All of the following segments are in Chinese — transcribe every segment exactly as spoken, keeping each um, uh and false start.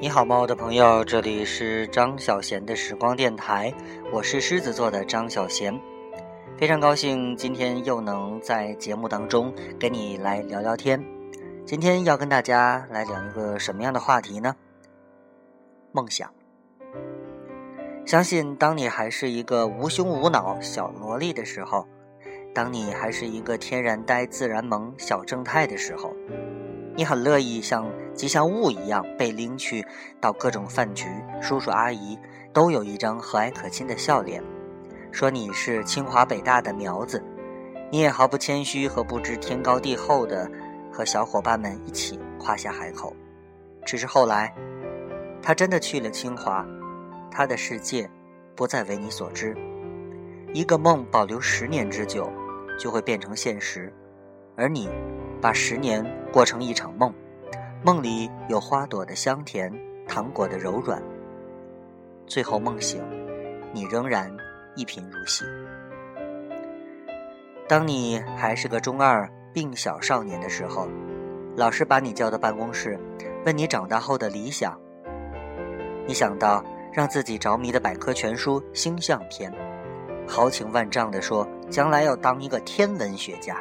你好吗，我的朋友，这里是张小贤的时光电台，我是狮子座的张小贤，非常高兴今天又能在节目当中跟你来聊聊天。今天要跟大家来聊一个什么样的话题呢？梦想。相信当你还是一个无胸无脑小萝莉的时候，当你还是一个天然呆自然萌小正太的时候，你很乐意像吉祥物一样被拎去到各种饭局，叔叔阿姨都有一张和蔼可亲的笑脸，说你是清华北大的苗子，你也毫不谦虚和不知天高地厚的和小伙伴们一起夸下海口。只是后来他真的去了清华，他的世界不再为你所知。一个梦保留十年之久就会变成现实，而你把十年过成一场梦，梦里有花朵的香甜，糖果的柔软，最后梦醒，你仍然一贫如洗。当你还是个中二病小少年的时候，老师把你叫到办公室，问你长大后的理想。你想到让自己着迷的百科全书星象篇，豪情万丈地说将来要当一个天文学家。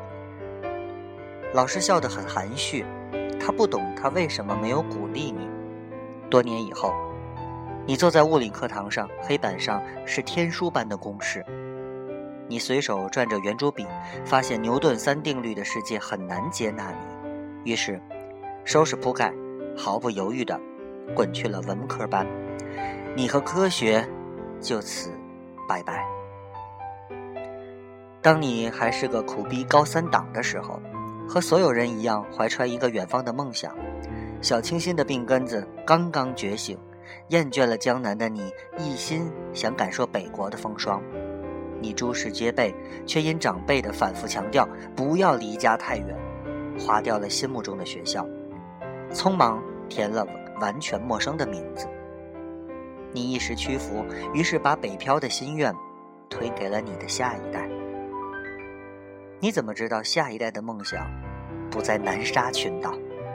老师笑得很含蓄，他不懂他为什么没有鼓励你。多年以后，你坐在物理课堂上，黑板上是天书般的公式，你随手转着圆珠笔，发现牛顿三定律的世界很难接纳你，于是收拾铺盖，毫不犹豫地滚去了文科班，你和科学就此拜拜。当你还是个苦逼高三党的时候，和所有人一样怀揣一个远方的梦想，小清新的病根子刚刚觉醒，厌倦了江南的你，一心想感受北国的风霜。你诸事皆备，却因长辈的反复强调不要离家太远，划掉了心目中的学校，匆忙填了完全陌生的名字。你一时屈服，于是把北漂的心愿推给了你的下一代。你怎么知道下一代的梦想不在南沙群岛？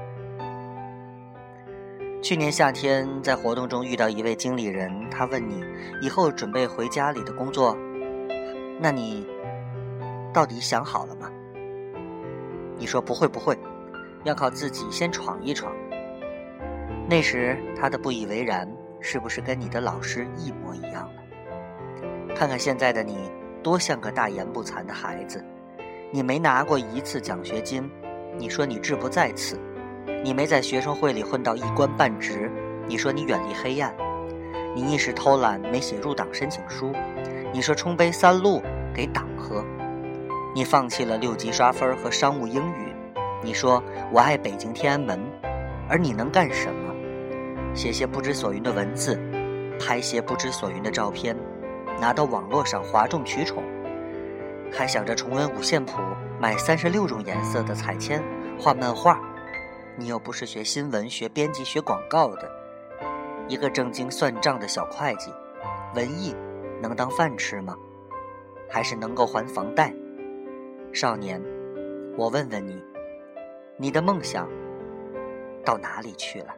去年夏天在活动中遇到一位经理人，他问你以后准备回家里的工作，那你到底想好了吗？你说不会不会，要靠自己先闯一闯。那时他的不以为然是不是跟你的老师一模一样的？看看现在的你，多像个大言不惭的孩子。你没拿过一次奖学金，你说你志不在此；你没在学生会里混到一官半职，你说你远离黑暗；你一时偷懒没写入党申请书，你说冲杯三鹿给党喝；你放弃了六级刷分和商务英语，你说我爱北京天安门。而你能干什么？写些不知所云的文字，拍些不知所云的照片，拿到网络上哗众取宠，还想着重温五线谱，买三十六种颜色的彩铅，画漫画。你又不是学新闻、学编辑、学广告的，一个正经算账的小会计，文艺能当饭吃吗？还是能够还房贷？少年，我问问你，你的梦想到哪里去了？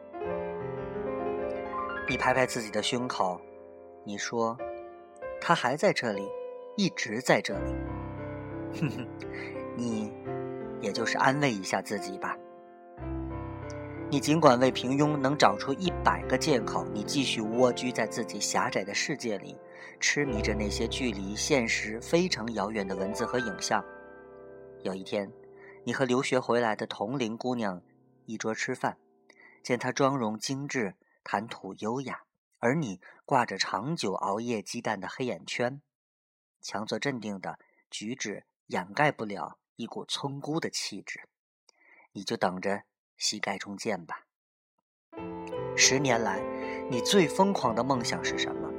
你拍拍自己的胸口，你说他还在这里，一直在这里。哼哼，你也就是安慰一下自己吧。你尽管为平庸能找出一百个借口，你继续蜗居在自己狭窄的世界里，痴迷着那些距离现实非常遥远的文字和影像。有一天，你和留学回来的同龄姑娘一桌吃饭，见她妆容精致，谈吐优雅，而你挂着长久熬夜鸡蛋的黑眼圈，强作镇定的举止掩盖不了一股村姑的气质，你就等着膝盖中见吧。十年来，你最疯狂的梦想是什么？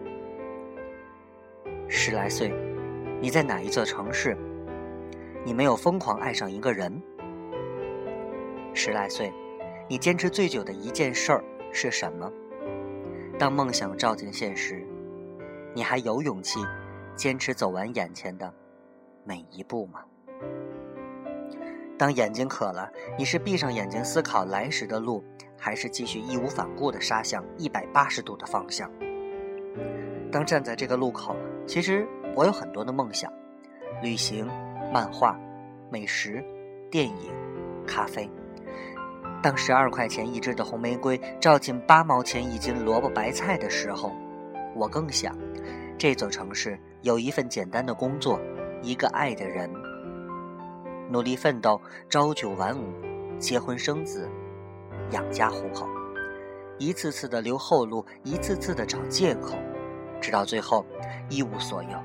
十来岁，你在哪一座城市？你没有疯狂爱上一个人？十来岁，你坚持最久的一件事儿是什么？当梦想照进现实，你还有勇气坚持走完眼前的每一步吗？当眼睛渴了，你是闭上眼睛思考来时的路， 还是继续义无反顾地杀向一百八十度的方向。当站在这个路口，其实我有很多的梦想：旅行、漫画、美食、电影、咖啡。当十二块钱一支的红玫瑰照进八毛钱一斤萝卜白菜的时候，我更想这座城市有一份简单的工作，一个爱的人，努力奋斗，朝九晚五，结婚生子，养家糊口，一次次的留后路，一次次的找借口，直到最后一无所有。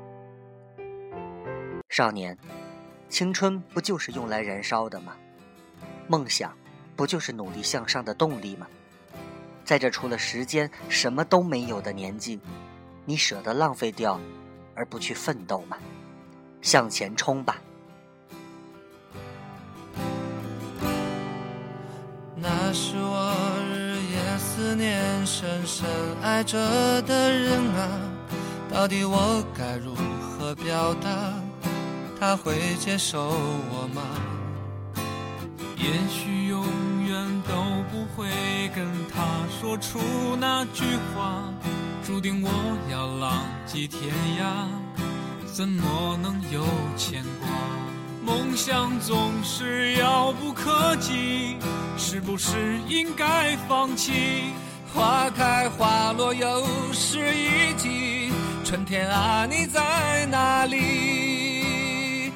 少年，青春不就是用来燃烧的吗？梦想不就是努力向上的动力吗？在这除了时间什么都没有的年纪，你舍得浪费掉而不去奋斗吗？向前冲吧！ 那是我日夜思念深深爱着的人啊，到底我该如何表达，他会接受我吗？ 也许永远都不会跟他说出那句话，注定我要浪迹天涯，怎么能有牵挂？梦想总是遥不可及，是不是应该放弃？ 花开花落又是一季，春天啊你在哪里？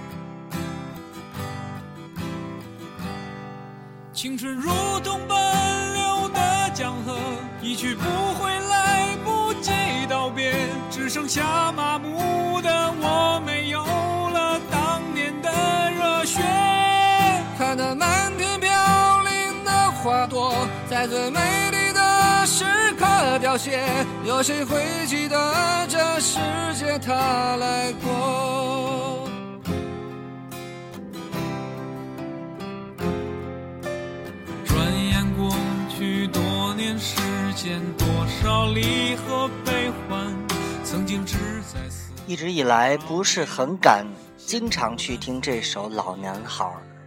青春如同奔流的江河，一去不回，来不及道别，只剩下麻木的我，没有了当年的热血。 看那满天飘零的花朵，在最美丽的时刻凋谢，有谁会记得这世界它来过？ 转眼过去多年时间，多少离合悲欢，曾经只在思一直以来不是很敢经常去听这首《老男孩》，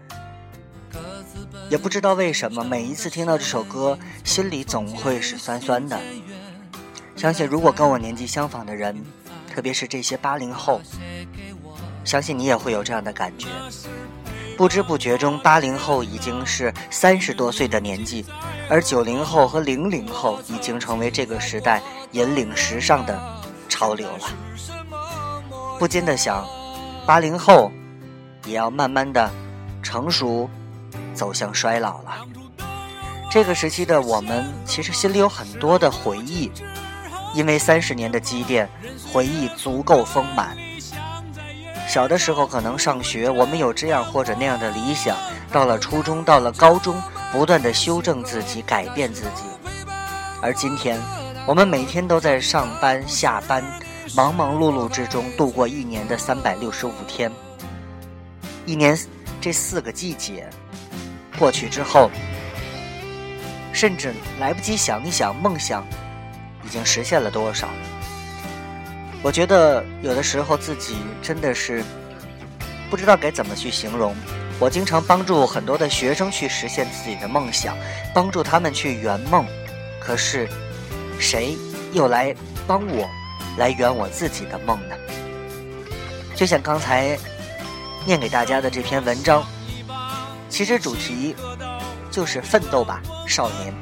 也不知道为什么每一次听到这首歌，心里总会是酸酸的。相信如果跟我年纪相仿的人，特别是这些八零后，相信你也会有这样的感觉。不知不觉中，八零后已经是三十多岁的年纪，而九零后和零零后已经成为这个时代引领时尚的潮流了。不禁的想，八零后也要慢慢的成熟，走向衰老了。这个时期的我们其实心里有很多的回忆，因为三十年的积淀，回忆足够丰满。小的时候可能上学，我们有这样或者那样的理想，到了初中，到了高中，不断的修正自己，改变自己。而今天我们每天都在上班下班，忙忙碌碌之中度过一年的三百六十五天。一年这四个季节过去之后，甚至来不及想一想梦想已经实现了多少。我觉得有的时候自己真的是不知道该怎么去形容。我经常帮助很多的学生去实现自己的梦想，帮助他们去圆梦，可是谁又来帮我来圆我自己的梦呢？就像刚才念给大家的这篇文章，其实主题就是奋斗吧少年。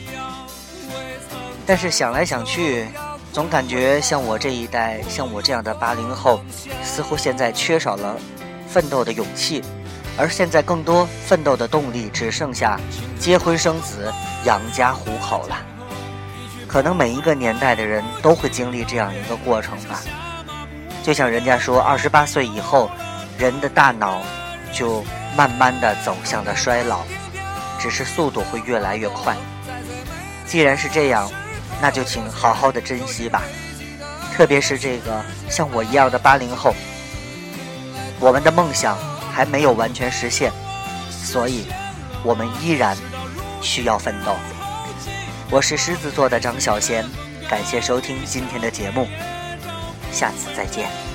但是想来想去，总感觉像我这一代，像我这样的八零后，似乎现在缺少了奋斗的勇气，而现在更多奋斗的动力只剩下结婚生子养家糊口了。可能每一个年代的人都会经历这样一个过程吧。就像人家说，二十八岁以后人的大脑就慢慢的走向了衰老，只是速度会越来越快。既然是这样，那就请好好的珍惜吧。特别是这个像我一样的八零后，我们的梦想还没有完全实现，所以我们依然需要奋斗。我是狮子座的张小贤，感谢收听今天的节目，下次再见。